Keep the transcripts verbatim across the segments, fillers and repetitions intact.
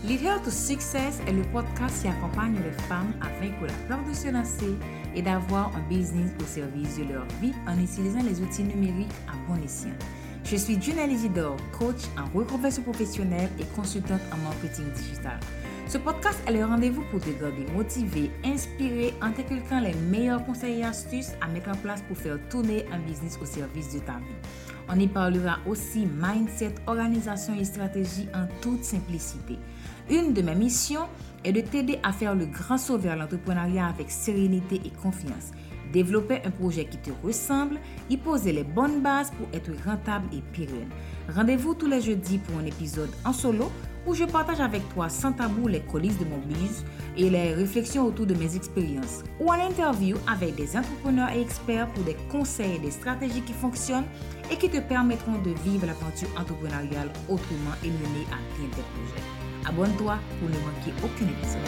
Leader to Success est le podcast qui accompagne les femmes à vaincre la peur de se lancer et d'avoir un business au service de leur vie en utilisant les outils numériques à bon escient. Je suis Junelle Isidore, coach en reconversion professionnelle et consultante en marketing digital. Ce podcast est le rendez-vous pour te garder motivé, inspiré en t'inculquant les meilleurs conseils et astuces à mettre en place pour faire tourner un business au service de ta vie. On y parlera aussi mindset, organisation et stratégie en toute simplicité. Une de mes missions est de t'aider à faire le grand saut vers l'entrepreneuriat avec sérénité et confiance. Développer un projet qui te ressemble, y poser les bonnes bases pour être rentable et pérenne. Rendez-vous tous les jeudis pour un épisode en solo où je partage avec toi sans tabou les coulisses de mon buzz et les réflexions autour de mes expériences. Ou en interview avec des entrepreneurs et experts pour des conseils et des stratégies qui fonctionnent et qui te permettront de vivre l'aventure entrepreneuriale autrement et mener à bien tes projets. Abonne-toi pour ne manquer aucun épisode.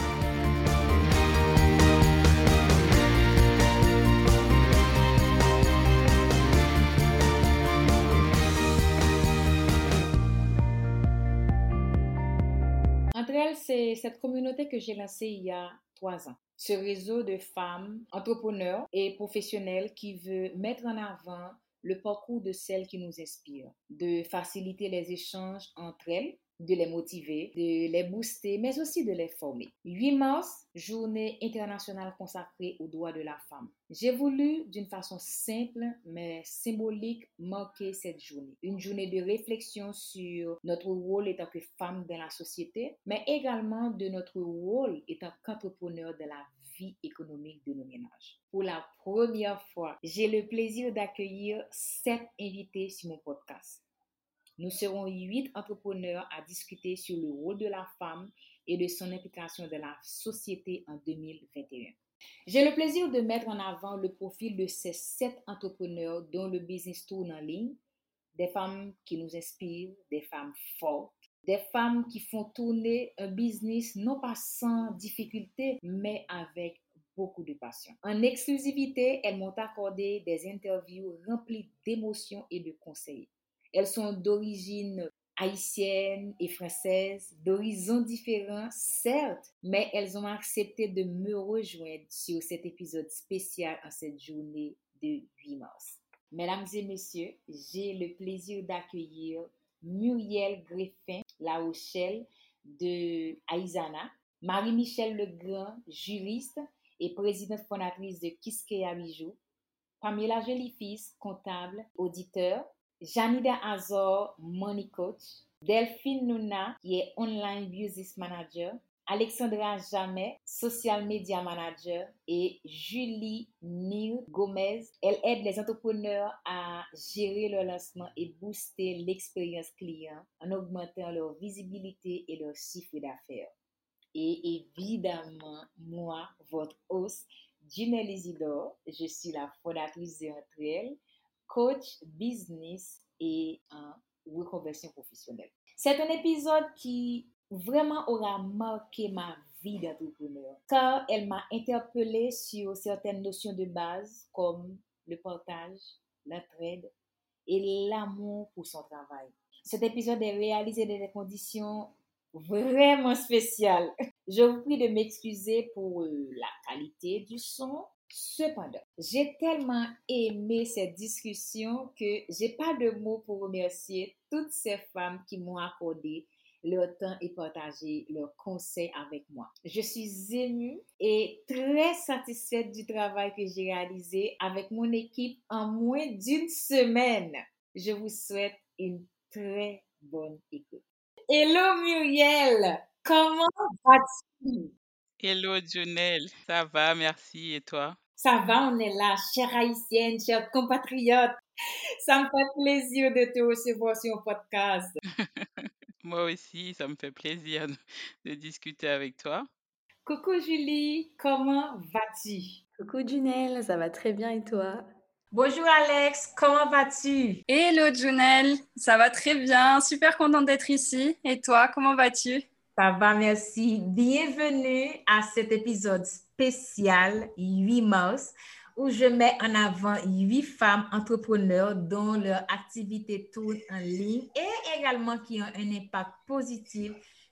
Entre elles, c'est cette communauté que j'ai lancée il y a trois ans. Ce réseau de femmes entrepreneurs et professionnelles qui veut mettre en avant le parcours de celles qui nous inspirent, de faciliter les échanges entre elles, de les motiver, de les booster, mais aussi de les former. huit mars, journée internationale consacrée aux droits de la femme. J'ai voulu, d'une façon simple mais symbolique, marquer cette journée. Une journée de réflexion sur notre rôle en tant que femme dans la société, mais également de notre rôle en tant qu'entrepreneur de la vie économique de nos ménages. Pour la première fois, j'ai le plaisir d'accueillir sept invités sur mon podcast. Nous serons huit entrepreneurs à discuter sur le rôle de la femme et de son implication dans la société en deux mille vingt et un. J'ai le plaisir de mettre en avant le profil de ces sept entrepreneurs dont le business tourne en ligne, des femmes qui nous inspirent, des femmes fortes, des femmes qui font tourner un business non pas sans difficulté, mais avec beaucoup de passion. En exclusivité, elles m'ont accordé des interviews remplies d'émotions et de conseils. Elles sont d'origine haïtienne et française, d'horizons différents, certes, mais elles ont accepté de me rejoindre sur cet épisode spécial en cette journée de huit mars. Mesdames et messieurs, j'ai le plaisir d'accueillir Muriel Greffin La Rochelle de Aizana, Marie-Michel Legrand, juriste et présidente fondatrice de Quisqueya Bijoux, Pamela Jolifils, comptable, auditeur, Janida Azor, money coach, Delphine Nouna, qui est online business manager, Alexandra Jamet, social media manager, et Julie Nir Gomez. Elle aide les entrepreneurs à gérer leur lancement et booster l'expérience client en augmentant leur visibilité et leur chiffre d'affaires. Et évidemment, moi, votre host, Junelle Isidore, je suis la fondatrice de Entre elles, coach business et en reconversion professionnelle. C'est un épisode qui vraiment aura marqué ma vie d'entrepreneur, car elle m'a interpellée sur certaines notions de base comme le partage, l'entraide et l'amour pour son travail. Cet épisode est réalisé dans des conditions vraiment spéciales. Je vous prie de m'excuser pour la qualité du son. Cependant, j'ai tellement aimé cette discussion que j'ai pas de mots pour remercier toutes ces femmes qui m'ont accordé leur temps et partagé leurs conseils avec moi. Je suis émue et très satisfaite du travail que j'ai réalisé avec mon équipe en moins d'une semaine. Je vous souhaite une très bonne écoute. Hello Muriel, comment vas-tu? Hello Junelle, ça va, merci, et toi? Ça va, on est là, chère haïtienne, chère compatriote. Ça me fait plaisir de te recevoir sur mon podcast. Moi aussi, ça me fait plaisir de, de discuter avec toi. Coucou Julie, comment vas-tu? Coucou Junelle, ça va très bien et toi? Bonjour Alex, comment vas-tu? Hello Junelle, ça va très bien, super contente d'être ici. Et toi, comment vas-tu? Ça va, merci. Bienvenue à cet épisode spécial huit mars où je mets en avant huit femmes entrepreneurs dont leur activité tourne en ligne et également qui ont un impact positif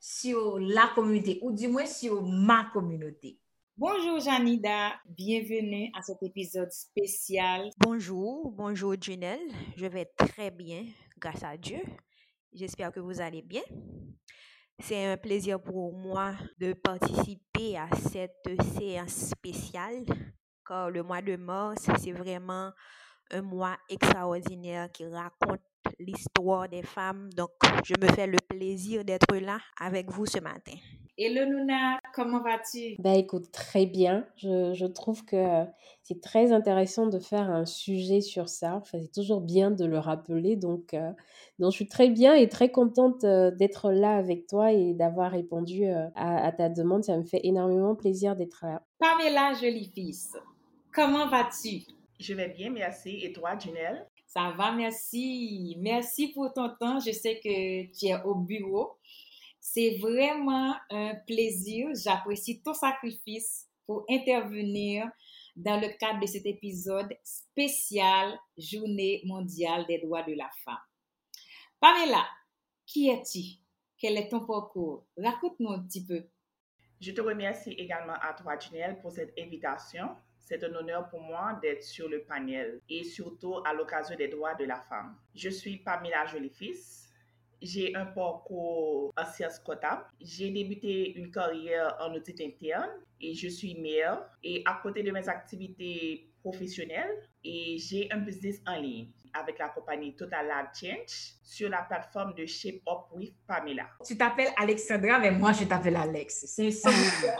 sur la communauté, ou du moins sur ma communauté. Bonjour Janida, bienvenue à cet épisode spécial. Bonjour, bonjour Junel, je vais très bien, grâce à Dieu. J'espère que vous allez bien. C'est un plaisir pour moi de participer à cette séance spéciale, car le mois de mars, c'est vraiment un mois extraordinaire qui raconte l'histoire des femmes. Donc, je me fais le plaisir d'être là avec vous ce matin. Hello Nouna, comment vas-tu? Bah écoute, très bien. Je, je trouve que euh, c'est très intéressant de faire un sujet sur ça. Enfin, c'est toujours bien de le rappeler. Donc, euh, donc je suis très bien et très contente euh, d'être là avec toi et d'avoir répondu euh, à, à ta demande. Ça me fait énormément plaisir d'être là. Pamela Jolie-Fils, comment vas-tu? Je vais bien, merci. Et toi, Junel? Ça va, merci. Merci pour ton temps. Je sais que tu es au bureau. C'est vraiment un plaisir. J'apprécie ton sacrifice pour intervenir dans le cadre de cet épisode spécial Journée mondiale des droits de la femme. Pamela, qui es-tu? Quel est ton parcours? Raconte-nous un petit peu. Je te remercie également à toi, Junel, pour cette invitation. C'est un honneur pour moi d'être sur le panel et surtout à l'occasion des droits de la femme. Je suis Pamela Jolie-Fils. J'ai un parcours en sciences comptables. J'ai débuté une carrière en audit interne et je suis mère. Et à côté de mes activités professionnelles, et j'ai un business en ligne avec la compagnie Total Life Change sur la plateforme de Shape Up with Pamela. Tu t'appelles Alexandra, mais moi je t'appelle Alex. C'est ça.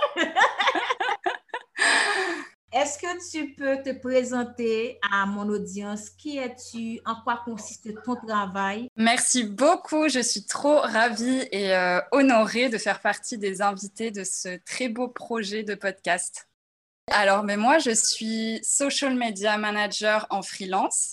Est-ce que tu peux te présenter à mon audience? Qui es-tu? En quoi consiste ton travail? Merci beaucoup. Je suis trop ravie et euh, honorée de faire partie des invités de ce très beau projet de podcast. Alors, mais moi, je suis social media manager en freelance.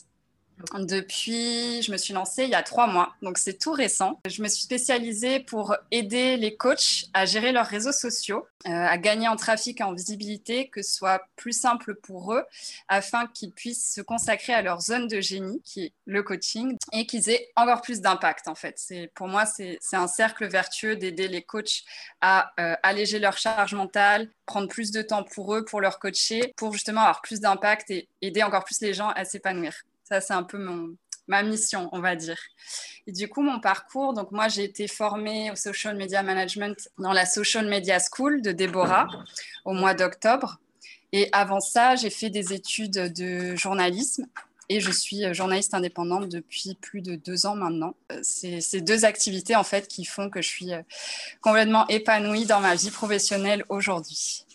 Depuis, je me suis lancée il y a trois mois, donc c'est tout récent. Je me suis spécialisée pour aider les coachs à gérer leurs réseaux sociaux, euh, à gagner en trafic et en visibilité, que ce soit plus simple pour eux, afin qu'ils puissent se consacrer à leur zone de génie, qui est le coaching, et qu'ils aient encore plus d'impact en fait. C'est, pour moi, c'est, c'est un cercle vertueux d'aider les coachs à euh, alléger leur charge mentale, prendre plus de temps pour eux, pour leur coacher, pour justement avoir plus d'impact et aider encore plus les gens à s'épanouir. Ça, c'est un peu mon, ma mission, on va dire. Et du coup, mon parcours, donc moi, j'ai été formée au Social Media Management dans la Social Media School de Déborah au mois d'octobre. Et avant ça, j'ai fait des études de journalisme et je suis journaliste indépendante depuis plus de deux ans maintenant. C'est ces deux activités, en fait, qui font que je suis complètement épanouie dans ma vie professionnelle aujourd'hui.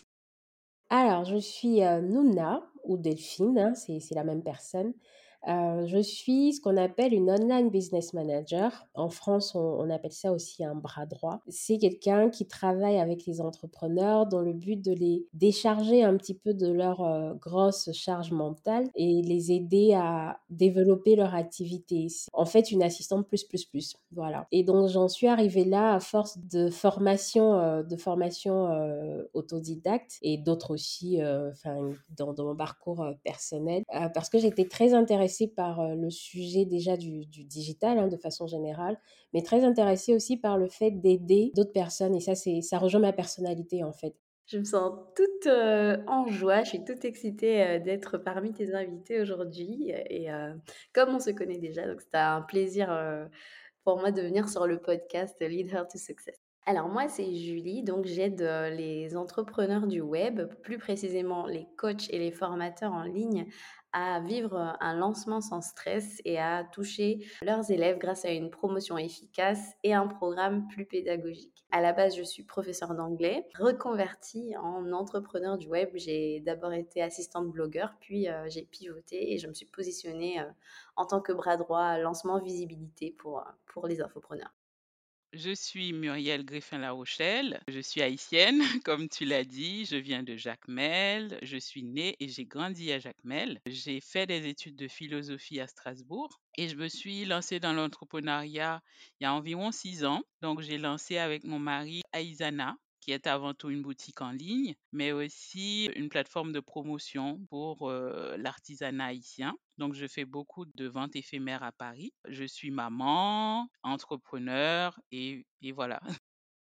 Alors, je suis euh, Nouna ou Delphine, hein, c'est, c'est la même personne. Euh, je suis ce qu'on appelle une online business manager. En France, on, on appelle ça aussi un bras droit. C'est quelqu'un qui travaille avec les entrepreneurs dans le but de les décharger un petit peu de leur euh, grosse charge mentale et les aider à développer leur activité. C'est en fait une assistante plus plus plus. Voilà. Et donc j'en suis arrivée là à force de formation, euh, de formation euh, autodidacte et d'autres aussi, enfin euh, dans, dans mon parcours euh, personnel, euh, parce que j'étais très intéressée par euh, le sujet déjà du, du digital hein, de façon générale, mais très intéressée aussi par le fait d'aider d'autres personnes et ça, c'est, ça rejoint ma personnalité en fait. Je me sens toute euh, en joie, je suis toute excitée euh, d'être parmi tes invités aujourd'hui et euh, comme on se connaît déjà, donc c'était un plaisir euh, pour moi de venir sur le podcast Lead Her to Success. Alors moi c'est Julie, donc j'aide euh, les entrepreneurs du web, plus précisément les coachs et les formateurs en ligne à vivre un lancement sans stress et à toucher leurs élèves grâce à une promotion efficace et un programme plus pédagogique. À la base, je suis professeure d'anglais, reconvertie en entrepreneur du web. J'ai d'abord été assistante blogueur, puis euh, j'ai pivoté et je me suis positionnée euh, en tant que bras droit lancement visibilité pour, pour les infopreneurs. Je suis Muriel Griffin-La Rochelle, je suis haïtienne, comme tu l'as dit, je viens de Jacmel, je suis née et j'ai grandi à Jacmel. J'ai fait des études de philosophie à Strasbourg et je me suis lancée dans l'entrepreneuriat il y a environ six ans. Donc j'ai lancé avec mon mari Aizana, qui est avant tout une boutique en ligne, mais aussi une plateforme de promotion pour euh, l'artisanat haïtien. Donc, je fais beaucoup de ventes éphémères à Paris. Je suis maman, entrepreneur et, et voilà.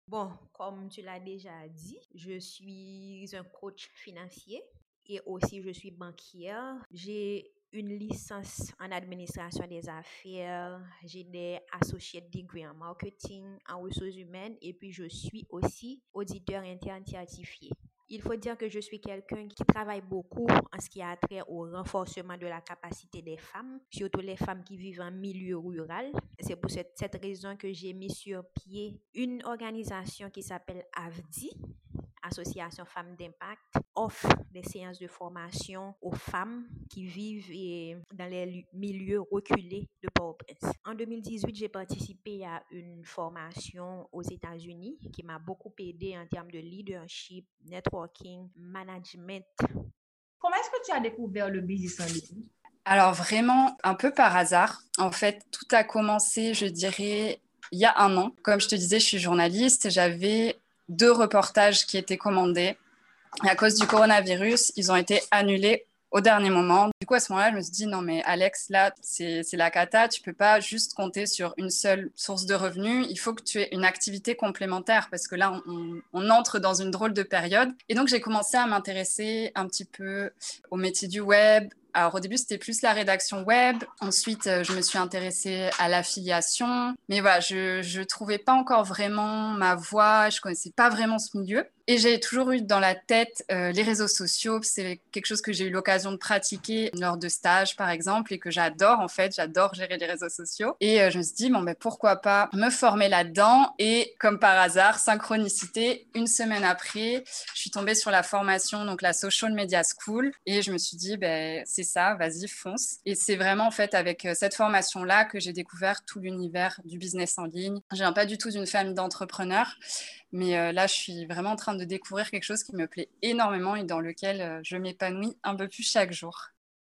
Bon, comme tu l'as déjà dit, je suis un coach financier et aussi je suis banquière. J'ai une licence en administration des affaires, j'ai des associate degree en marketing, en ressources humaines et puis je suis aussi auditeur interne certifié. Il faut dire que je suis quelqu'un qui travaille beaucoup en ce qui a trait au renforcement de la capacité des femmes, surtout les femmes qui vivent en milieu rural. C'est pour cette, cette raison que j'ai mis sur pied une organisation qui s'appelle A V D I, Association Femmes d'Impact, offre des séances de formation aux femmes qui vivent et, dans les milieux reculés de Port-au-Prince. En deux mille dix-huit, j'ai participé à une formation aux États-Unis qui m'a beaucoup aidé en termes de leadership, networking, management. Comment est-ce que tu as découvert le business en ligne? Alors vraiment, un peu par hasard. En fait, tout a commencé, je dirais, il y a un an. Comme je te disais, je suis journaliste. J'avais deux reportages qui étaient commandés. Et à cause du coronavirus, ils ont été annulés au dernier moment. Du coup, à ce moment-là, je me suis dit, non mais Alex, là, c'est, c'est la cata. Tu peux pas juste compter sur une seule source de revenus. Il faut que tu aies une activité complémentaire parce que là, on, on entre dans une drôle de période. Et donc, j'ai commencé à m'intéresser un petit peu au métier du web. Alors, au début, c'était plus la rédaction web. Ensuite, euh, je me suis intéressée à l'affiliation. Mais voilà, je ne trouvais pas encore vraiment ma voie. Je ne connaissais pas vraiment ce milieu. Et j'ai toujours eu dans la tête euh, les réseaux sociaux. C'est quelque chose que j'ai eu l'occasion de pratiquer lors de stages, par exemple, et que j'adore, en fait. J'adore gérer les réseaux sociaux. Et euh, je me suis dit, bon, ben, pourquoi pas me former là-dedans. Et comme par hasard, synchronicité, une semaine après, je suis tombée sur la formation, donc la Social Media School. Et je me suis dit, ben, c'est ça, vas-y, fonce. Et c'est vraiment, en fait, avec euh, cette formation-là que j'ai découvert tout l'univers du business en ligne. Je viens pas du tout d'une famille d'entrepreneurs. Mais euh, là, je suis vraiment en train de découvrir quelque chose qui me plaît énormément et dans lequel euh, je m'épanouis un peu plus chaque jour.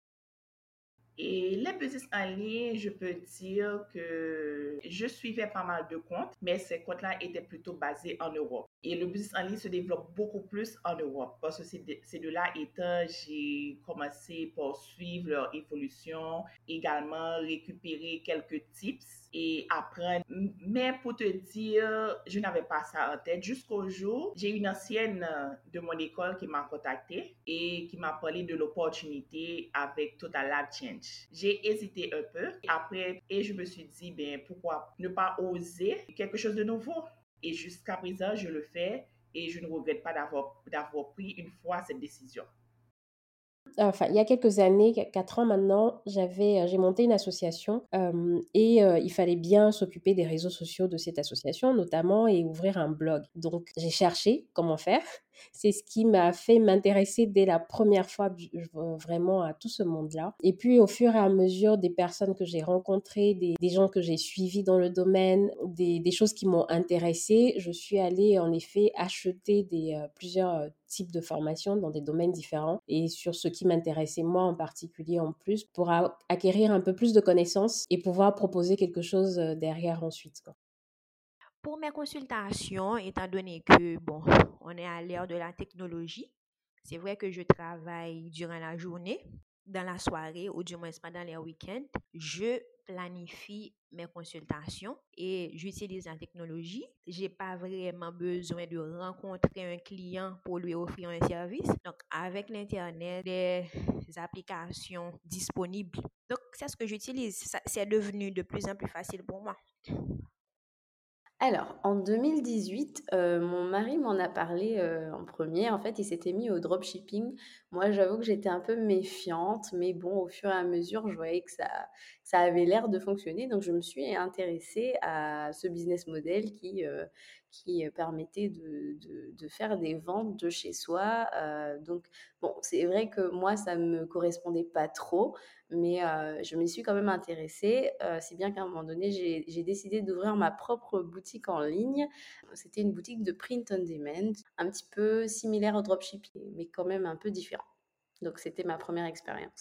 Et les business en ligne, je peux dire que je suivais pas mal de comptes, mais ces comptes-là étaient plutôt basés en Europe. Et le business en ligne se développe beaucoup plus en Europe parce que c'est de, c'est de là étant, j'ai commencé par suivre leur évolution, également récupérer quelques tips et apprendre. Mais pour te dire, je n'avais pas ça en tête jusqu'au jour, j'ai une ancienne de mon école qui m'a contactée et qui m'a parlé de l'opportunité avec Total Life Change. J'ai hésité un peu après et je me suis dit, ben pourquoi ne pas oser quelque chose de nouveau? Et jusqu'à présent, je le fais et je ne regrette pas d'avoir, d'avoir pris une fois cette décision. Enfin, il y a quelques années, quatre ans maintenant, j'avais, euh, j'ai monté une association euh, et euh, il fallait bien s'occuper des réseaux sociaux de cette association, notamment, et ouvrir un blog. Donc, j'ai cherché comment faire. C'est ce qui m'a fait m'intéresser dès la première fois vraiment à tout ce monde-là. Et puis, au fur et à mesure des personnes que j'ai rencontrées, des, des gens que j'ai suivis dans le domaine, des, des choses qui m'ont intéressée, je suis allée en effet acheter des, euh, plusieurs euh, types de formations dans des domaines différents et sur ce qui m'intéressait moi en particulier en plus pour a- acquérir un peu plus de connaissances et pouvoir proposer quelque chose euh, derrière ensuite, quoi. Pour mes consultations, étant donné que, bon, on est à l'ère de la technologie, c'est vrai que je travaille durant la journée, dans la soirée ou du moins pendant les week-ends. Je planifie mes consultations et j'utilise la technologie. J'ai pas vraiment besoin de rencontrer un client pour lui offrir un service. Donc, avec l'Internet, des applications disponibles. Donc, c'est ce que j'utilise. Ça- C'est devenu de plus en plus facile pour moi. Alors, en deux mille dix-huit, euh, mon mari m'en a parlé euh, en premier. En fait, il s'était mis au dropshipping. Moi, j'avoue que j'étais un peu méfiante, mais bon, au fur et à mesure, je voyais que ça, ça avait l'air de fonctionner. Donc, je me suis intéressée à ce business model qui, euh, qui permettait de, de, de faire des ventes de chez soi. Euh, donc, bon, c'est vrai que moi, ça ne me correspondait pas trop, mais euh, je m'y suis quand même intéressée, euh, si bien qu'à un moment donné, j'ai, j'ai décidé d'ouvrir ma propre boutique en ligne. C'était une boutique de print on demand, un petit peu similaire au dropshipping, mais quand même un peu différent. Donc, c'était ma première expérience.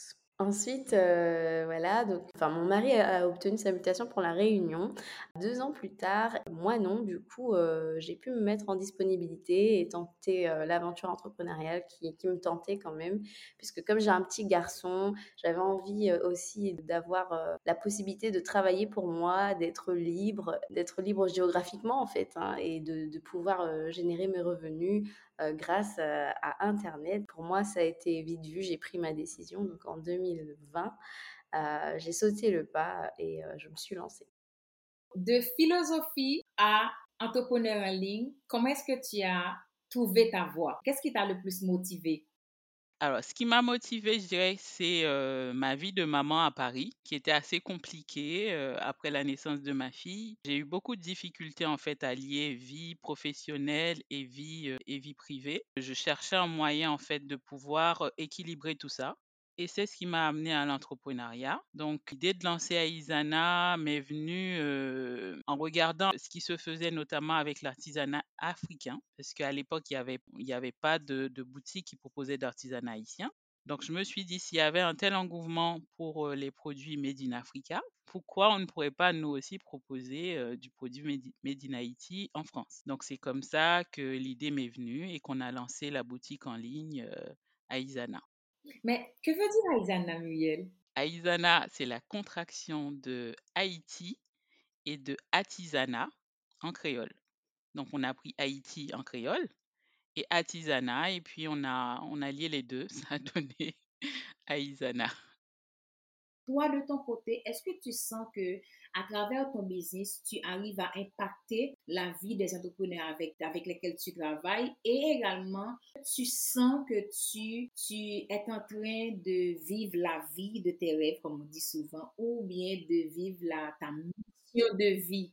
Ensuite, heu, voilà, donc enfin, mon mari a a obtenu sa mutation pour La Réunion. deux ans plus tard, moi non, du coup, heu, j'ai pu me mettre en disponibilité et tenter, heu, l'aventure entrepreneuriale qui qui me tentait quand même. Puisque comme j'ai un petit garçon, j'avais envie, heu, aussi d'avoir, heu, la possibilité de travailler pour moi, d'être libre, d'être libre géographiquement en fait, hein, et de de pouvoir, heu, générer mes revenus, heu, grâce, heu, à internet. Pour moi, ça a été vite vu, j'ai pris ma décision donc en deux mille vingt, heu, j'ai sauté le pas et heu, je me suis lancée. De philosophie à entrepreneur en ligne, comment est-ce que tu as trouvé ta voie? Qu'est-ce qui t'a le plus motivé? Alors, ce qui m'a motivée, je dirais, c'est euh, ma vie de maman à Paris, qui était assez compliquée euh, après la naissance de ma fille. J'ai eu beaucoup de difficultés en fait à lier vie professionnelle et vie euh, et vie privée. Je cherchais un moyen en fait de pouvoir euh, équilibrer tout ça. Et c'est ce qui m'a amené à l'entrepreneuriat. Donc, l'idée de lancer Aizana m'est venue euh, en regardant ce qui se faisait notamment avec l'artisanat africain, parce qu'à l'époque, il n'y avait, il y avait pas de, de boutique qui proposait d'artisanat haïtien. Donc, je me suis dit, s'il y avait un tel engouement pour euh, les produits Made in Africa, pourquoi on ne pourrait pas nous aussi proposer euh, du produit Made Made in Haïti en France? Donc, c'est comme ça que l'idée m'est venue et qu'on a lancé la boutique en ligne euh, Aizana. Mais que veut dire Aizana, Muriel? Aizana, c'est la contraction de Haïti et de artisanat en créole. Donc, on a pris Haïti en créole et artisanat, et puis on a, on a lié les deux. Ça a donné Aizana. Toi, de ton côté, est-ce que tu sens que à travers ton business, tu arrives à impacter la vie des entrepreneurs avec, avec lesquels tu travailles et également, tu sens que tu, tu es en train de vivre la vie de tes rêves, comme on dit souvent, ou bien de vivre la, ta mission de vie?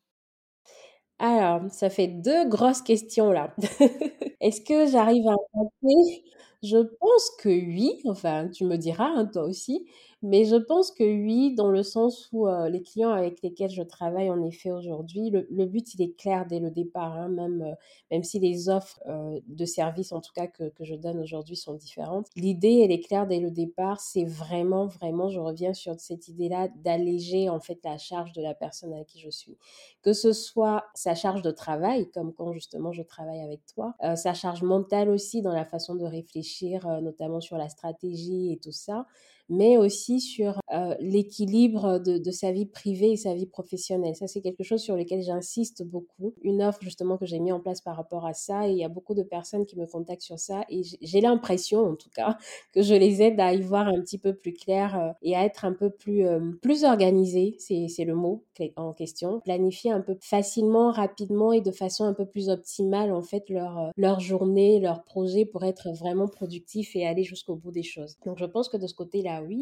Alors, ça fait deux grosses questions là. Est-ce que j'arrive à impacter? Je pense que oui, enfin, tu me diras, hein, toi aussi, mais je pense que oui, dans le sens où, heu, les clients avec lesquels je travaille en effet aujourd'hui, le le but il est clair dès le départ, hein, même, heu, même si les offres, heu, de services en tout cas que que je donne aujourd'hui sont différentes. L'idée elle est claire dès le départ, c'est vraiment, vraiment, je reviens sur cette idée-là d'alléger en fait la charge de la personne avec qui je suis. Que ce soit sa charge de travail, comme quand justement je travaille avec toi, heu, sa charge mentale aussi dans la façon de réfléchir, heu, notamment sur la stratégie et tout ça, mais aussi sur, heu, l'équilibre de de sa vie privée et sa vie professionnelle. Ça, c'est quelque chose sur lequel j'insiste beaucoup. Une offre justement que j'ai mis en place par rapport à ça et il y a beaucoup de personnes qui me contactent sur ça et j'ai j'ai l'impression en tout cas que je les aide à y voir un petit peu plus clair, heu, et à être un peu plus, hem, plus organisés, c'est c'est le mot clé en question. Planifier un peu facilement, rapidement et de façon un peu plus optimale en fait leur, heu, leur journée, leur projet pour être vraiment productif et aller jusqu'au bout des choses. Donc je pense que de ce côté-là, oui.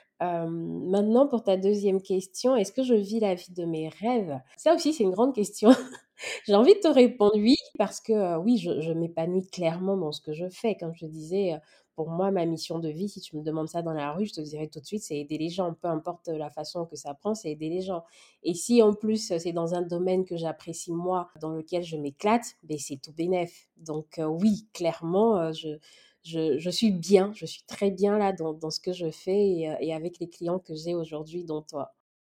Hem, maintenant pour ta deuxième question, est-ce que je vis la vie de mes rêves? Ça aussi, c'est une grande question. J'ai envie de te répondre oui, parce que, heu, oui, je je m'épanouis clairement dans ce que je fais. Comme je te disais, heu, pour moi, ma mission de vie, si tu me demandes ça dans la rue, je te dirais tout de suite, c'est aider les gens. Peu importe la façon que ça prend, c'est aider les gens. Et si en plus, heu, c'est dans un domaine que j'apprécie moi, dans lequel je m'éclate, beh, c'est tout bénef. Donc, heu, oui, clairement, heu, je je je suis bien, je suis très bien là dans dans ce que je fais et heu et avec les clients que j'ai aujourd'hui, dont toi.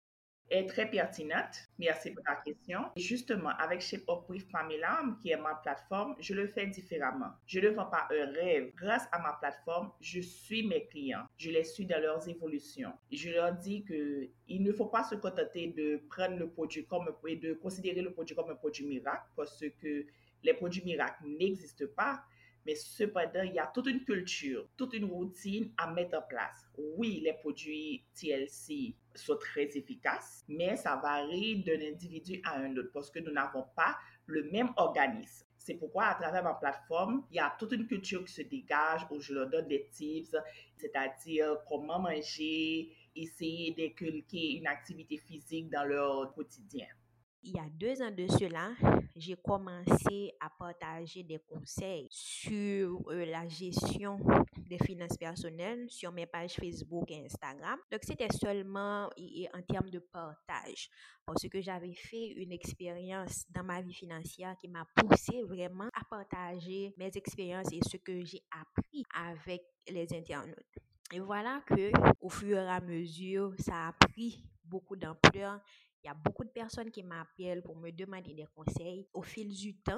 Est très pertinente. Merci pour ta question. Justement, avec Shape of Brief Pamela, qui est ma plateforme, je le fais différemment. Je ne vends pas un rêve. Grâce à ma plateforme, je suis mes clients. Je les suis dans leurs évolutions. Je leur dis que il ne faut pas se contenter de prendre le produit comme et de considérer le produit comme un produit miracle parce que les produits miracles n'existent pas. Mais cependant, il y a toute une culture, toute une routine à mettre en place. Oui, les produits T L C sont très efficaces, mais ça varie d'un individu à un autre parce que nous n'avons pas le même organisme. C'est pourquoi à travers ma plateforme, il y a toute une culture qui se dégage où je leur donne des tips, c'est-à-dire comment manger, essayer d'inculquer une activité physique dans leur quotidien. Il y a deux ans de cela, j'ai commencé à partager des conseils sur euh, la gestion des finances personnelles sur mes pages Facebook et Instagram. Donc, c'était seulement et, et en termes de partage parce que j'avais fait une expérience dans ma vie financière qui m'a poussé vraiment à partager mes expériences et ce que j'ai appris avec les internautes. Et voilà que au fur et à mesure, ça a pris beaucoup d'ampleur. Il y a beaucoup de personnes qui m'appellent pour me demander des conseils. Au fil du temps,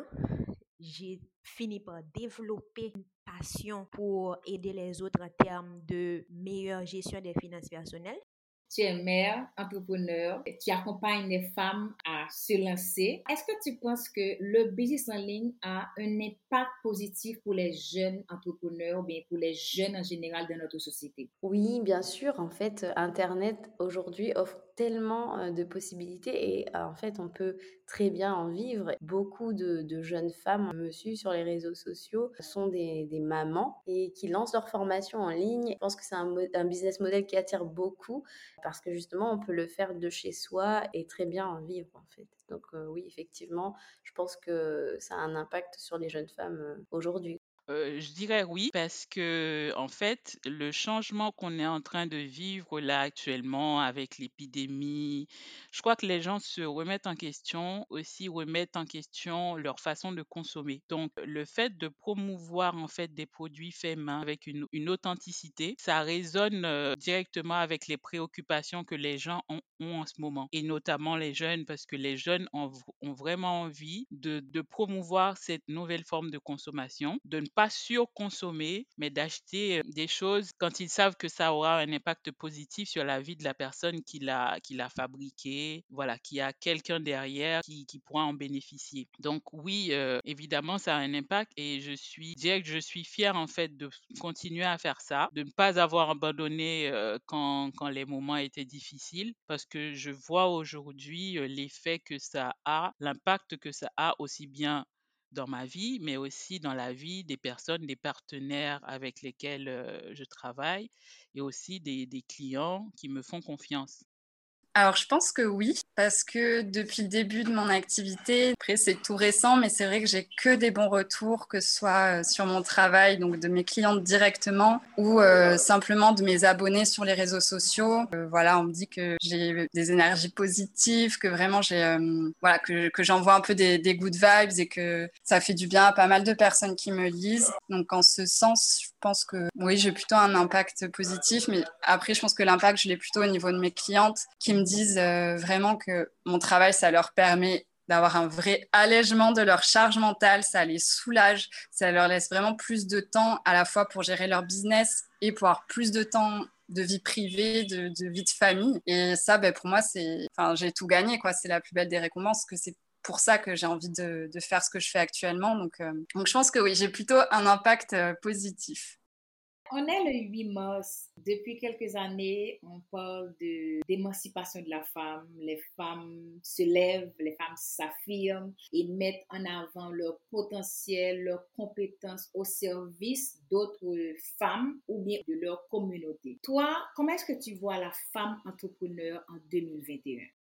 j'ai fini par développer une passion pour aider les autres en termes de meilleure gestion des finances personnelles. Tu es mère, entrepreneur, tu accompagnes les femmes à se lancer. Est-ce que tu penses que le business en ligne a un impact positif pour les jeunes entrepreneurs ou bien pour les jeunes en général de notre société? Oui, bien sûr. En fait, Internet aujourd'hui offre tellement euh, de possibilités et euh, en fait, on peut très bien en vivre. Beaucoup de, de jeunes femmes me suivent sur les réseaux sociaux, sont des, des mamans et qui lancent leur formation en ligne. Je pense que c'est un, mo- un business model qui attire beaucoup parce que justement, on peut le faire de chez soi et très bien en vivre en fait. Donc euh, oui, effectivement, je pense que ça a un impact sur les jeunes femmes euh, aujourd'hui. Euh, je dirais oui parce que en fait, le changement qu'on est en train de vivre là actuellement avec l'épidémie, je crois que les gens se remettent en question, aussi remettent en question leur façon de consommer. Donc, le fait de promouvoir en fait des produits faits main avec une, une authenticité, ça résonne euh, directement avec les préoccupations que les gens ont, ont en ce moment, et notamment les jeunes, parce que les jeunes ont, v- ont vraiment envie de, de promouvoir cette nouvelle forme de consommation, de ne pas surconsommer, mais d'acheter euh, des choses quand ils savent que ça aura un impact positif sur la vie de la personne qui l'a, qui l'a fabriqué, voilà, qui a quelqu'un derrière qui, qui pourra en bénéficier. Donc oui, euh, évidemment, ça a un impact et je suis, je dirais que je suis fière en fait de continuer à faire ça, de ne pas avoir abandonné euh, quand, quand les moments étaient difficiles, parce que je vois aujourd'hui euh, l'effet que ça a, l'impact que ça a aussi bien dans ma vie, mais aussi dans la vie des personnes, des partenaires avec lesquels euh, je travaille et aussi des, des clients qui me font confiance. Alors, je pense que oui, parce que depuis le début de mon activité, après c'est tout récent, mais c'est vrai que j'ai que des bons retours, que ce soit euh, sur mon travail, donc de mes clientes directement, ou euh, simplement de mes abonnés sur les réseaux sociaux. Euh, voilà, on me dit que j'ai des énergies positives, que vraiment j'ai, euh, voilà, que, que j'envoie un peu des, des good vibes et que ça fait du bien à pas mal de personnes qui me lisent. Donc, en ce sens, je pense que oui, j'ai plutôt un impact positif, mais après, je pense que l'impact, je l'ai plutôt au niveau de mes clientes qui me disent euh, vraiment que mon travail, ça leur permet d'avoir un vrai allègement de leur charge mentale, ça les soulage, ça leur laisse vraiment plus de temps à la fois pour gérer leur business et pour avoir plus de temps de vie privée, de, de vie de famille. Et ça, ben, pour moi, c'est, enfin, j'ai tout gagné, quoi. C'est la plus belle des récompenses, que c'est pour ça que j'ai envie de, de faire ce que je fais actuellement. Donc, euh, donc, je pense que oui, j'ai plutôt un impact euh, positif. On est le huit mars. Depuis quelques années, on parle de, d'émancipation de la femme. Les femmes se lèvent, les femmes s'affirment et mettent en avant leur potentiel, leurs compétences au service d'autres femmes ou bien de leur communauté. Toi, comment est-ce que tu vois la femme entrepreneur en deux mille vingt et un?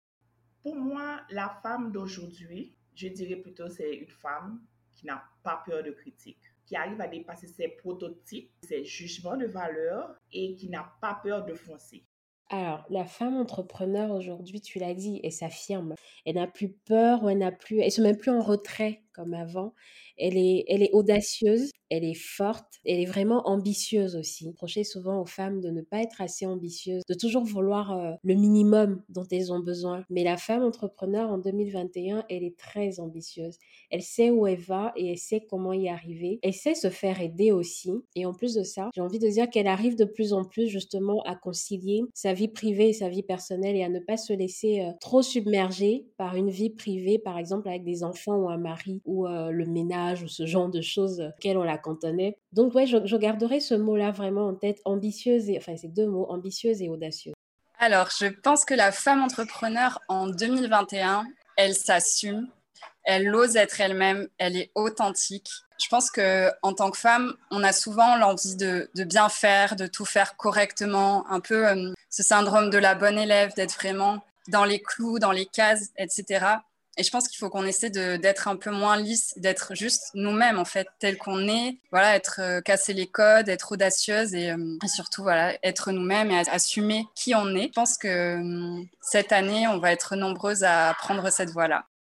Pour moi, la femme d'aujourd'hui, je dirais plutôt c'est une femme qui n'a pas peur de critique, qui arrive à dépasser ses prototypes, ses jugements de valeur et qui n'a pas peur de foncer. Alors, la femme entrepreneur aujourd'hui, tu l'as dit, elle s'affirme. Elle n'a plus peur ou elle n'a plus, elle se met plus en retrait comme avant. Elle est, elle est audacieuse, elle est forte, elle est vraiment ambitieuse aussi. Reprocher souvent aux femmes de ne pas être assez ambitieuses, de toujours vouloir euh, le minimum dont elles ont besoin. Mais la femme entrepreneur en deux mille vingt et un, elle est très ambitieuse. Elle sait où elle va et elle sait comment y arriver. Elle sait se faire aider aussi. Et en plus de ça, j'ai envie de dire qu'elle arrive de plus en plus justement à concilier sa vie privée et sa vie personnelle et à ne pas se laisser euh, trop submerger par une vie privée, par exemple avec des enfants ou un mari ou euh, le ménage ou ce genre de choses euh, auxquelles on la cantonnait. Donc ouais, je, je garderai ce mot-là vraiment en tête, ambitieuse, et, enfin ces deux mots, ambitieuse et audacieuse. Alors, je pense que la femme entrepreneur en deux mille vingt et un, elle s'assume, elle ose être elle-même, elle est authentique. Je pense qu'en tant que femme, on a souvent l'envie de, de bien faire, de tout faire correctement, un peu euh, ce syndrome de la bonne élève, d'être vraiment dans les clous, dans les cases, et cetera. Et je pense qu'il faut qu'on essaie de, d'être un peu moins lisse, d'être juste nous-mêmes, en fait, tel qu'on est. Voilà, être euh, casser les codes, être audacieuse et, euh, et surtout, voilà, être nous-mêmes et assumer qui on est. Je pense que euh, cette année, on va être nombreuses à prendre cette voie-là.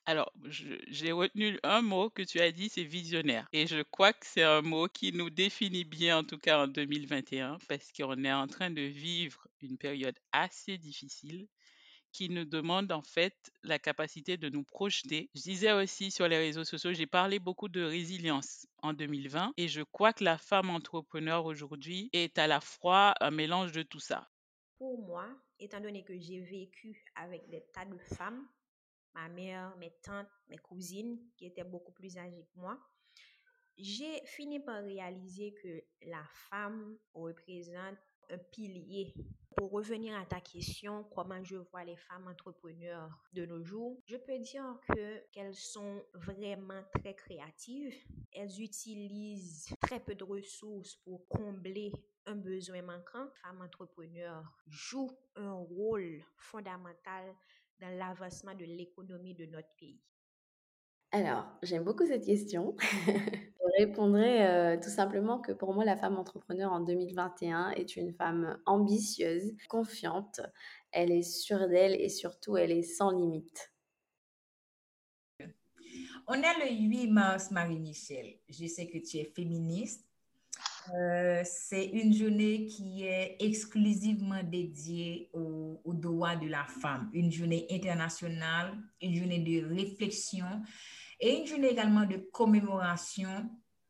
Alors, je- j'ai retenu un mot que tu as dit, c'est visionnaire. Et je crois que c'est un mot qui nous définit bien, en tout cas en deux mille vingt et un, parce qu'on est en train de vivre une période assez difficile qui nous demande en fait la capacité de nous projeter. Je disais aussi sur les réseaux sociaux, j'ai parlé beaucoup de résilience en deux mille vingt et je crois que la femme entrepreneur aujourd'hui est à la fois un mélange de tout ça. Pour moi, étant donné que j'ai vécu avec des tas de femmes, ma mère, mes tantes, mes cousines, qui étaient beaucoup plus âgées que moi, j'ai fini par réaliser que la femme représente un pilier. Pour revenir à ta question, comment je vois les femmes entrepreneurs de nos jours, je peux dire que qu'elles sont vraiment très créatives. Elles utilisent très peu de ressources pour combler un besoin manquant. Les femmes entrepreneurs jouent un rôle fondamental dans l'avancement de l'économie de notre pays. Alors, j'aime beaucoup cette question. Je répondrai euh, tout simplement que pour moi, la femme entrepreneur en deux mille vingt et un est une femme ambitieuse, confiante, elle est sûre d'elle et surtout, elle est sans limite. On est le huit mars, Marie-Michel. Je sais que tu es féministe. Euh, c'est une journée qui est exclusivement dédiée aux, aux droits de la femme. Une journée internationale, une journée de réflexion et une journée également de commémoration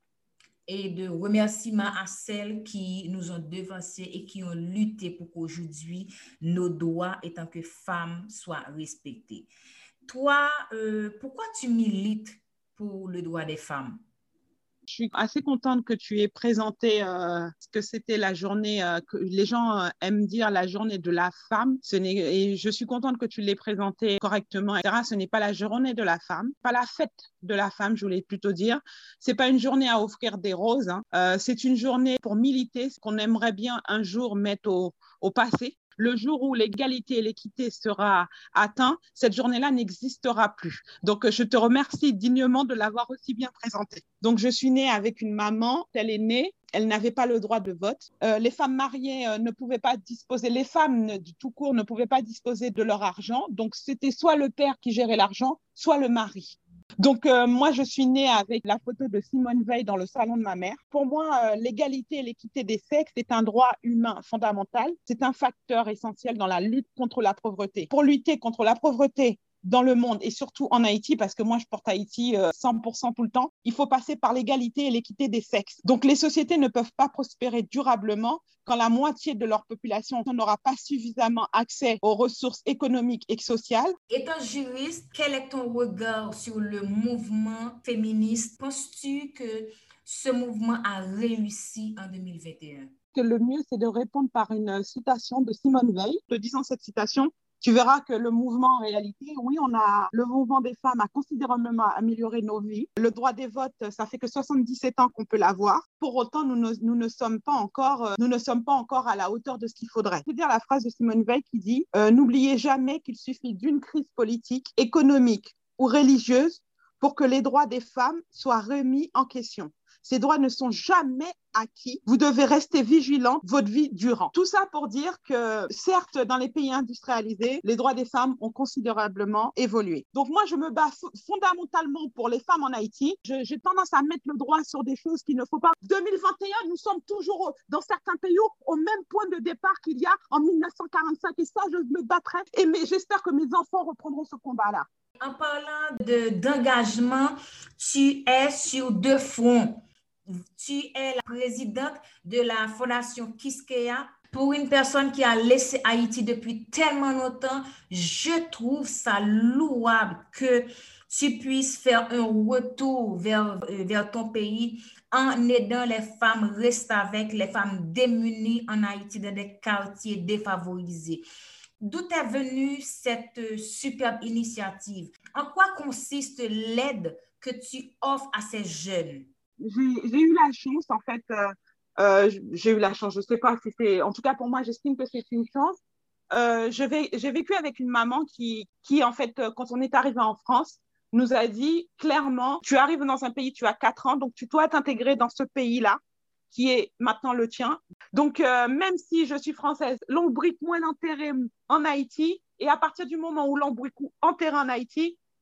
et de remerciement à celles qui nous ont devancées et qui ont lutté pour qu'aujourd'hui, nos droits, en tant que femmes, soient respectés. Toi, euh, pourquoi tu milites pour le droit des femmes? Je suis assez contente que tu aies présenté euh, ce que c'était la journée, euh, que les gens euh, aiment dire la journée de la femme. Ce n'est, et je suis contente que tu l'aies présenté correctement, et cetera. Ce n'est pas la journée de la femme, pas la fête de la femme, je voulais plutôt dire. C'est pas une journée à offrir des roses. Hein. Euh, c'est une journée pour militer ce qu'on aimerait bien un jour mettre au, au passé. Le jour où l'égalité et l'équité sera atteint, cette journée-là n'existera plus. Donc, je te remercie dignement de l'avoir aussi bien présenté. Donc, je suis née avec une maman, elle est née, elle n'avait pas le droit de vote. Euh, les femmes mariées euh, ne pouvaient pas disposer, les femmes ne, du tout court ne pouvaient pas disposer de leur argent. Donc, c'était soit le père qui gérait l'argent, soit le mari. Donc, euh, moi, je suis née avec la photo de Simone Veil dans le salon de ma mère. Pour moi, euh, l'égalité et l'équité des sexes est un droit humain fondamental. C'est un facteur essentiel dans la lutte contre la pauvreté. Pour lutter contre la pauvreté dans le monde et surtout en Haïti, parce que moi, je porte Haïti euh, cent pour cent tout le temps, il faut passer par l'égalité et l'équité des sexes. Donc, les sociétés ne peuvent pas prospérer durablement quand la moitié de leur population n'aura pas suffisamment accès aux ressources économiques et sociales. Étant juriste, quel est ton regard sur le mouvement féministe? Penses-tu que ce mouvement a réussi en deux mille vingt et un? Que le mieux, c'est de répondre par une citation de Simone Veil. En te disant cette citation, tu verras que le mouvement, en réalité, oui, on a, le mouvement des femmes a considérablement amélioré nos vies. Le droit des votes, ça fait que soixante-dix-sept ans qu'on peut l'avoir. Pour autant, nous ne, nous ne sommes pas encore, nous ne sommes pas encore à la hauteur de ce qu'il faudrait. Je veux dire la phrase de Simone Veil qui dit euh, « N'oubliez jamais qu'il suffit d'une crise politique, économique ou religieuse pour que les droits des femmes soient remis en question. Ces droits ne sont jamais acquis. Vous devez rester vigilant votre vie durant. » Tout ça pour dire que, certes, dans les pays industrialisés, les droits des femmes ont considérablement évolué. Donc moi, je me bats fondamentalement pour les femmes en Haïti. Je, j'ai tendance à mettre le droit sur des choses qu'il ne faut pas. deux mille vingt et un, nous sommes toujours, dans certains pays, au même point de départ qu'il y a en mille neuf cent quarante-cinq. Et ça, je me battrai. Et mais, j'espère que mes enfants reprendront ce combat-là. En parlant de, d'engagement, tu es sur deux fronts. Tu es la présidente de la Fondation Quisqueya. Pour une personne qui a laissé Haïti depuis tellement longtemps, je trouve ça louable que tu puisses faire un retour vers, vers ton pays en aidant les femmes, reste avec les femmes démunies en Haïti dans des quartiers défavorisés. D'où est venue cette superbe initiative? En quoi consiste l'aide que tu offres à ces jeunes? J'ai, j'ai eu la chance, en fait, euh, euh, j'ai eu la chance, je ne sais pas si c'est, en tout cas pour moi, j'estime que c'est une chance. Euh, je vais, j'ai vécu avec une maman qui, qui, en fait, quand on est arrivé en France, nous a dit clairement, tu arrives dans un pays, tu as quatre ans, donc tu dois t'intégrer dans ce pays-là, qui est maintenant le tien. Donc, euh, même si je suis française, l'ombrique moins enterrée en Haïti, et à partir du moment où l'ombrique enterrée en Haïti,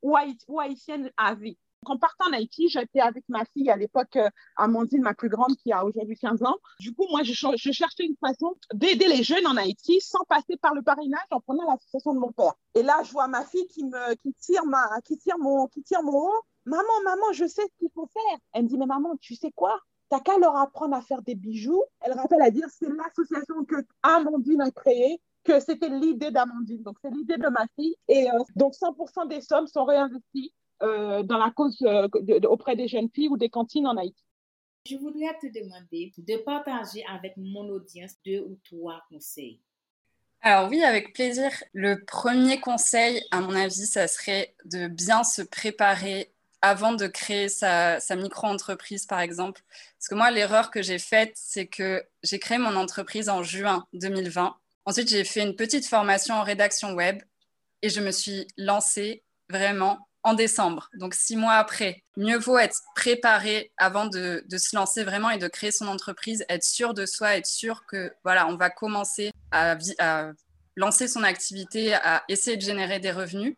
où, Haïti, où Haïtienne a vie. Donc, en partant en Haïti, j'étais avec ma fille à l'époque, euh, Amandine, ma plus grande, qui a aujourd'hui quinze ans. Du coup, moi, je, je cherchais une façon d'aider les jeunes en Haïti sans passer par le parrainage en prenant l'association de mon père. Et là, je vois ma fille qui, me, qui, tire, ma, qui, tire, mon, qui tire mon haut. Maman, maman, je sais ce qu'il faut faire. Elle me dit, mais maman, tu sais quoi? T'as qu'à leur apprendre à faire des bijoux. Elle rappelle à dire, c'est l'association que Amandine a créée, que c'était l'idée d'Amandine. Donc, c'est l'idée de ma fille. Et euh, donc, cent pour cent des sommes sont réinvesties Euh, dans la cause euh, de, de, auprès des jeunes filles ou des cantines en Haïti. Je voudrais te demander de partager avec mon audience deux ou trois conseils. Alors oui, avec plaisir. Le premier conseil, à mon avis, ça serait de bien se préparer avant de créer sa, sa micro-entreprise, par exemple. Parce que moi, l'erreur que j'ai faite, c'est que j'ai créé mon entreprise en juin deux mille vingt. Ensuite, j'ai fait une petite formation en rédaction web et je me suis lancée vraiment en décembre, donc six mois après. Mieux vaut être préparé avant de, de se lancer vraiment et de créer son entreprise, être sûr de soi, être sûr que voilà, on va commencer à, à lancer son activité, à essayer de générer des revenus,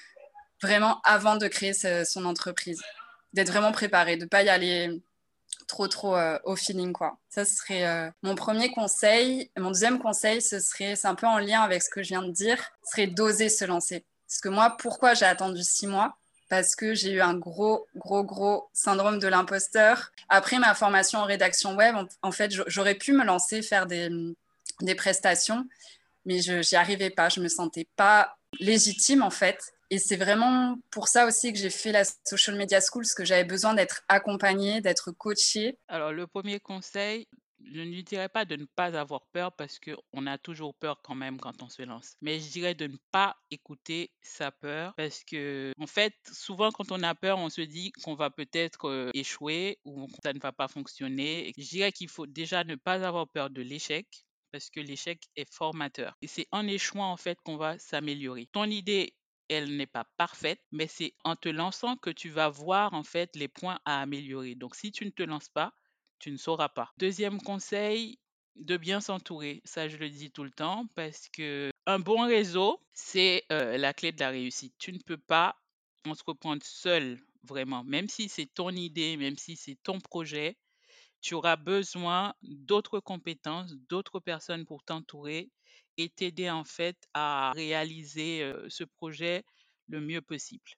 vraiment avant de créer ce, son entreprise. D'être vraiment préparé, de ne pas y aller trop, trop euh, au feeling, quoi. Ça, ce serait euh, mon premier conseil. Et mon deuxième conseil, ce serait, c'est un peu en lien avec ce que je viens de dire, ce serait d'oser se lancer. Parce que moi, pourquoi j'ai attendu six mois? Parce que j'ai eu un gros, gros, gros syndrome de l'imposteur. Après ma formation en rédaction web, en, en fait, j'aurais pu me lancer, faire des, des prestations, mais je n'y arrivais pas. Je ne me sentais pas légitime, en fait. Et c'est vraiment pour ça aussi que j'ai fait la Social Media School, parce que j'avais besoin d'être accompagnée, d'être coachée. Alors, le premier conseil, je ne dirais pas de ne pas avoir peur parce qu'on a toujours peur quand même quand on se lance. Mais je dirais de ne pas écouter sa peur parce que, en fait, souvent quand on a peur, on se dit qu'on va peut-être euh, échouer ou que ça ne va pas fonctionner. Et je dirais qu'il faut déjà ne pas avoir peur de l'échec parce que l'échec est formateur. Et c'est en échouant, en fait, qu'on va s'améliorer. Ton idée, elle n'est pas parfaite, mais c'est en te lançant que tu vas voir, en fait, les points à améliorer. Donc, si tu ne te lances pas, tu ne sauras pas. Deuxième conseil, de bien s'entourer. Ça, je le dis tout le temps parce que un bon réseau, c'est euh, la clé de la réussite. Tu ne peux pas entreprendre seul, vraiment. Même si c'est ton idée, même si c'est ton projet, tu auras besoin d'autres compétences, d'autres personnes pour t'entourer et t'aider en fait à réaliser euh, ce projet le mieux possible.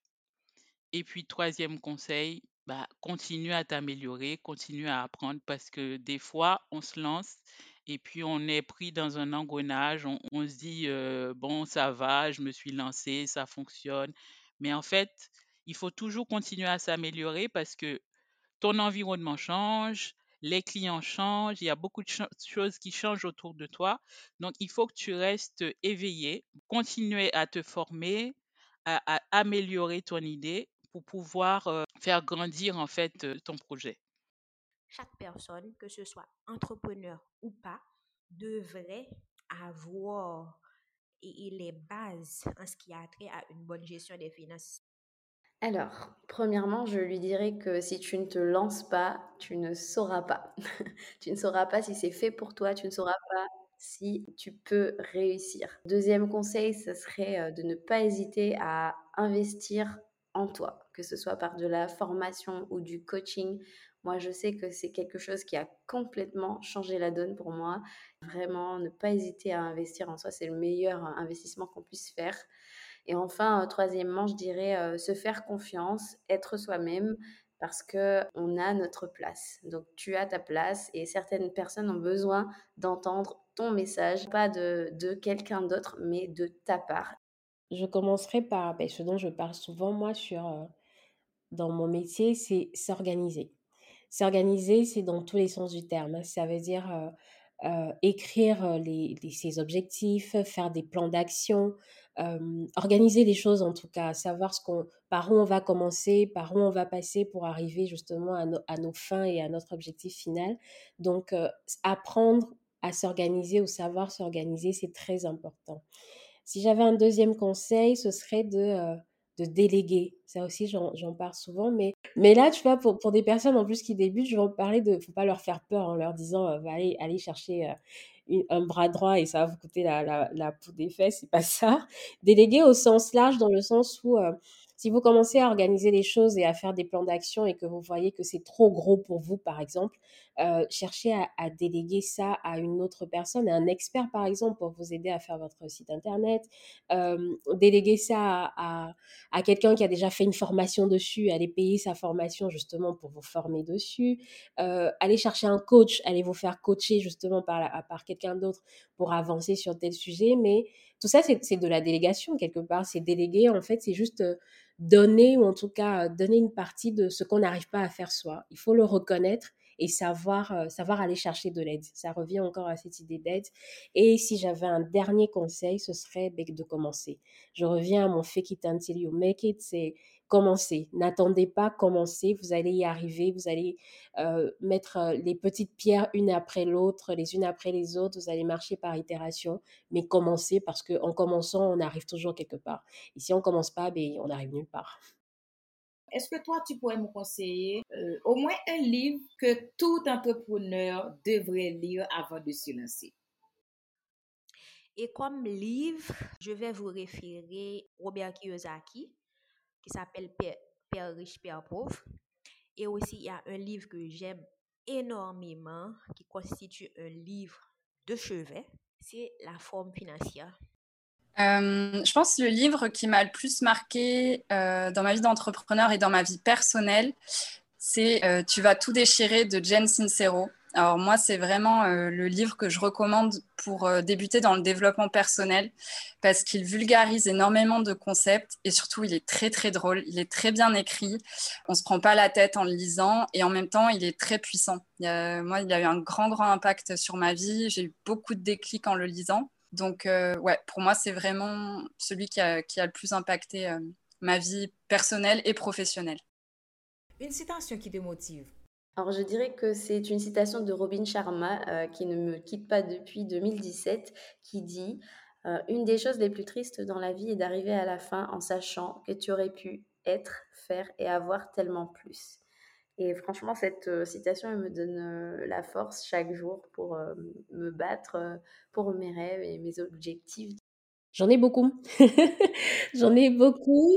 Et puis, troisième conseil, bah, continue à t'améliorer, continue à apprendre parce que des fois, on se lance et puis on est pris dans un engrenage. On, on se dit, euh, bon, ça va, je me suis lancé, ça fonctionne. Mais en fait, il faut toujours continuer à s'améliorer parce que ton environnement change, les clients changent, il y a beaucoup de cho- choses qui changent autour de toi. Donc, il faut que tu restes éveillé, continuer à te former, à, à améliorer ton idée pour pouvoir euh, faire grandir en fait euh, ton projet. Chaque personne, que ce soit entrepreneur ou pas, devrait avoir et, et les bases en ce qui a trait à une bonne gestion des finances. Alors, premièrement, je lui dirais que si tu ne te lances pas, tu ne sauras pas. Tu ne sauras pas si c'est fait pour toi, tu ne sauras pas si tu peux réussir. Deuxième conseil, ce serait euh, de ne pas hésiter à investir en toi, que ce soit par de la formation ou du coaching. Moi, je sais que c'est quelque chose qui a complètement changé la donne pour moi. Vraiment, ne pas hésiter à investir en soi, c'est le meilleur euh, investissement qu'on puisse faire. Et enfin, euh, troisièmement, je dirais euh, se faire confiance, être soi-même, parce qu'on a notre place. Donc, tu as ta place et certaines personnes ont besoin d'entendre ton message, pas de, de quelqu'un d'autre, mais de ta part. Je commencerai par ben, ce dont je parle souvent, moi, sur, euh, dans mon métier, c'est s'organiser. S'organiser, c'est dans tous les sens du terme, hein. Ça veut dire euh, euh, écrire euh, les, les- ses objectifs, faire des plans d'action, euh, organiser les choses en tout cas, savoir ce qu'on, par où on va commencer, par où on va passer pour arriver justement à, nos- à nos fins et à notre objectif final. Donc, euh, apprendre à s'organiser ou savoir s'organiser, c'est très important. Si j'avais un deuxième conseil, ce serait de, euh, de déléguer. Ça aussi, j'en, j'en parle souvent. Mais, mais là, tu vois, pour, pour des personnes en plus qui débutent, je vais en parler de... Il ne faut pas leur faire peur en leur disant, euh, va aller, aller chercher euh, une- un bras droit et ça va vous coûter la, la, la peau des fesses. C'est pas ça. Déléguer au sens large, dans le sens où... euh, Si vous commencez à organiser les choses et à faire des plans d'action et que vous voyez que c'est trop gros pour vous, par exemple, euh, cherchez à, à déléguer ça à une autre personne, à un expert, par exemple, pour vous aider à faire votre site Internet. Euh, déléguer ça à, à, à quelqu'un qui a déjà fait une formation dessus, allez payer sa formation justement pour vous former dessus. Euh, allez chercher un coach, allez vous faire coacher justement par, la, par quelqu'un d'autre pour avancer sur tel sujet. Mais tout ça, c'est, c'est de la délégation quelque part. C'est déléguer, en fait, c'est juste donner, ou en tout cas donner une partie de ce qu'on n'arrive pas à faire soi. Il faut le reconnaître et savoir, euh, savoir aller chercher de l'aide. Ça revient encore à cette idée d'aide. Et si j'avais un dernier conseil, ce serait ben, de commencer. Je reviens à mon fake it until you make it, c'est commencer. N'attendez pas, commencer. Vous allez y arriver. Vous allez euh, mettre euh, les petites pierres une après l'autre, les unes après les autres. Vous allez marcher par itération, mais commencez parce qu'en commençant, on arrive toujours quelque part. Et si on ne commence pas, ben, on n'arrive nulle part. Est-ce que toi, tu pourrais me conseiller euh, au moins un livre que tout entrepreneur devrait lire avant de se lancer? Et comme livre, je vais vous référer Robert Kiyosaki, qui s'appelle Père, Père riche, Père pauvre. Et aussi, il y a un livre que j'aime énormément, qui constitue un livre de chevet, c'est La forme financière. Euh, je pense que le livre qui m'a le plus marqué euh, dans ma vie d'entrepreneur et dans ma vie personnelle, c'est euh, Tu vas tout déchirer de Jen Sincero. Alors moi, c'est vraiment euh, le livre que je recommande pour euh, débuter dans le développement personnel parce qu'il vulgarise énormément de concepts et surtout, il est très, très drôle. Il est très bien écrit. On ne se prend pas la tête en le lisant et en même temps, il est très puissant. Il y a, moi, il a eu un grand, grand impact sur ma vie. J'ai eu beaucoup de déclics en le lisant. Donc, euh, ouais, pour moi, c'est vraiment celui qui a, qui a le plus impacté euh, ma vie personnelle et professionnelle. Une citation qui te motive? Alors, je dirais que c'est une citation de Robin Sharma euh, qui ne me quitte pas depuis deux mille dix-sept, qui dit euh, « Une des choses les plus tristes dans la vie est d'arriver à la fin en sachant que tu aurais pu être, faire et avoir tellement plus. » Et franchement, cette euh, citation, elle me donne euh, la force chaque jour pour euh, me battre euh, pour mes rêves et mes objectifs. J'en ai beaucoup. J'en ai beaucoup.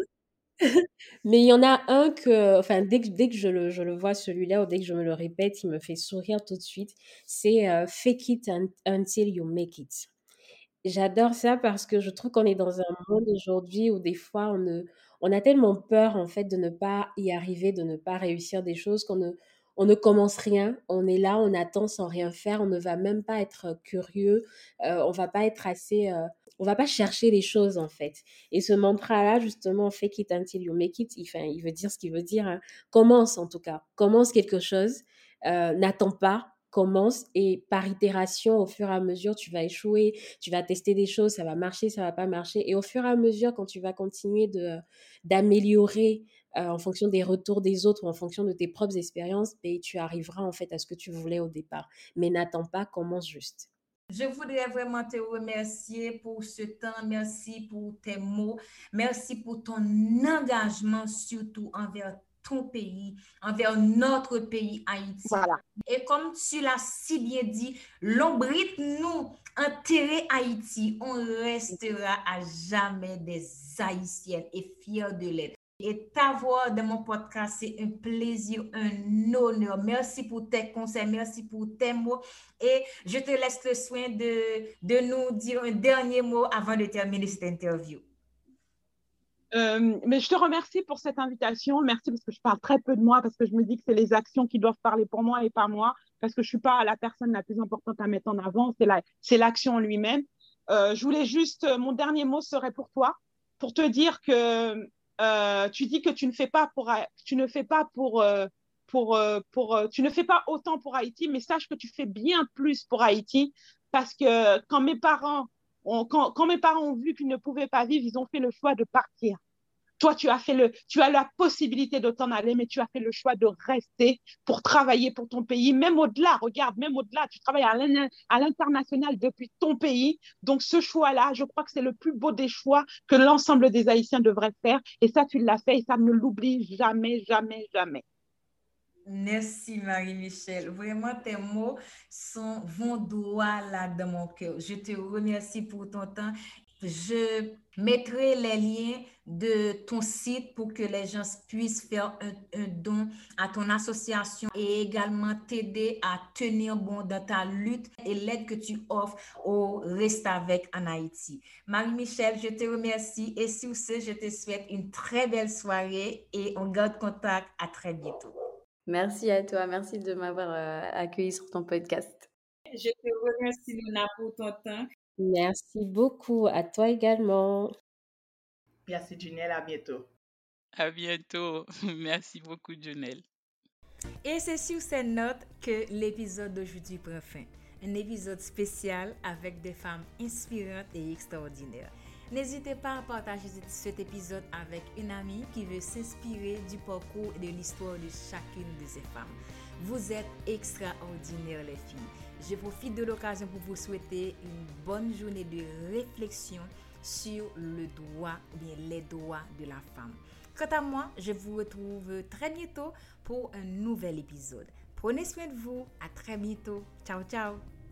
Mais il y en a un que, enfin, dès que, dès que je, le, je le vois celui-là, ou dès que je me le répète, il me fait sourire tout de suite. C'est euh, Fake it un- until you make it. J'adore ça parce que je trouve qu'on est dans un monde aujourd'hui où des fois on, ne, on a tellement peur en fait de ne pas y arriver, de ne pas réussir des choses qu'on ne, on ne commence rien. On est là, on attend sans rien faire. On ne va même pas être curieux. Euh, on va pas être assez, euh, on va pas chercher les choses en fait. Et ce mantra-là justement, fake it until you make it, il, enfin, il veut dire ce qu'il veut dire. Hein. Commence en tout cas, commence quelque chose. Euh, n'attends pas. Commence et par itération, au fur et à mesure, tu vas échouer, tu vas tester des choses, ça va marcher, ça va pas marcher. Et au fur et à mesure, quand tu vas continuer de, d'améliorer euh, en fonction des retours des autres ou en fonction de tes propres expériences, ben, tu arriveras en fait à ce que tu voulais au départ. Mais n'attends pas, commence juste. Je voudrais vraiment te remercier pour ce temps. Merci pour tes mots. Merci pour ton engagement, surtout envers ton pays, envers notre pays, Haïti. Voilà. Et comme tu l'as si bien dit, l'ombrite nous enterrer Haïti, on restera à jamais des Haïtiennes et fiers de l'être. Et t'avoir dans mon podcast, c'est un plaisir, un honneur. Merci pour tes conseils, merci pour tes mots. Et je te laisse le soin de, de nous dire un dernier mot avant de terminer cette interview. Euh, mais je te remercie pour cette invitation. Merci parce que je parle très peu de moi, parce que je me dis que c'est les actions qui doivent parler pour moi et pas moi, parce que je ne suis pas la personne la plus importante à mettre en avant, c'est, la, c'est l'action en lui-même. Euh, je voulais juste, mon dernier mot serait pour toi, pour te dire que euh, tu dis que tu ne fais pas pour, tu ne fais pas pour, euh, pour, euh, pour, euh, tu ne fais pas autant pour Haïti, mais sache que tu fais bien plus pour Haïti, parce que quand mes parents On, quand, quand mes parents ont vu qu'ils ne pouvaient pas vivre, ils ont fait le choix de partir. Toi, tu as, fait le, tu as la possibilité de t'en aller, mais tu as fait le choix de rester pour travailler pour ton pays, même au-delà. Regarde, même au-delà, tu travailles à, à l'international depuis ton pays. Donc, ce choix-là, je crois que c'est le plus beau des choix que l'ensemble des Haïtiens devraient faire. Et ça, tu l'as fait et ça ne l'oublie jamais, jamais, jamais. Merci Marie-Michel. Vraiment, tes mots sont, vont droit là dans mon cœur. Je te remercie pour ton temps. Je mettrai les liens de ton site pour que les gens puissent faire un, un don à ton association et également t'aider à tenir bon dans ta lutte et l'aide que tu offres au Reste avec en Haïti. Marie-Michel, je te remercie et sur ce, je te souhaite une très belle soirée et on garde contact. À très bientôt. Merci à toi. Merci de m'avoir euh, accueilli sur ton podcast. Je te remercie, Luna, pour ton temps. Merci beaucoup. À toi également. Merci, Junelle. À bientôt. À bientôt. Merci beaucoup, Junelle. Et c'est sur ces notes que l'épisode d'aujourd'hui prend fin. Un épisode spécial avec des femmes inspirantes et extraordinaires. N'hésitez pas à partager cet épisode avec une amie qui veut s'inspirer du parcours et de l'histoire de chacune de ces femmes. Vous êtes extraordinaires, les filles. Je profite de l'occasion pour vous souhaiter une bonne journée de réflexion sur le droit ou bien les droits de la femme. Quant à moi, je vous retrouve très bientôt pour un nouvel épisode. Prenez soin de vous. À très bientôt. Ciao, ciao.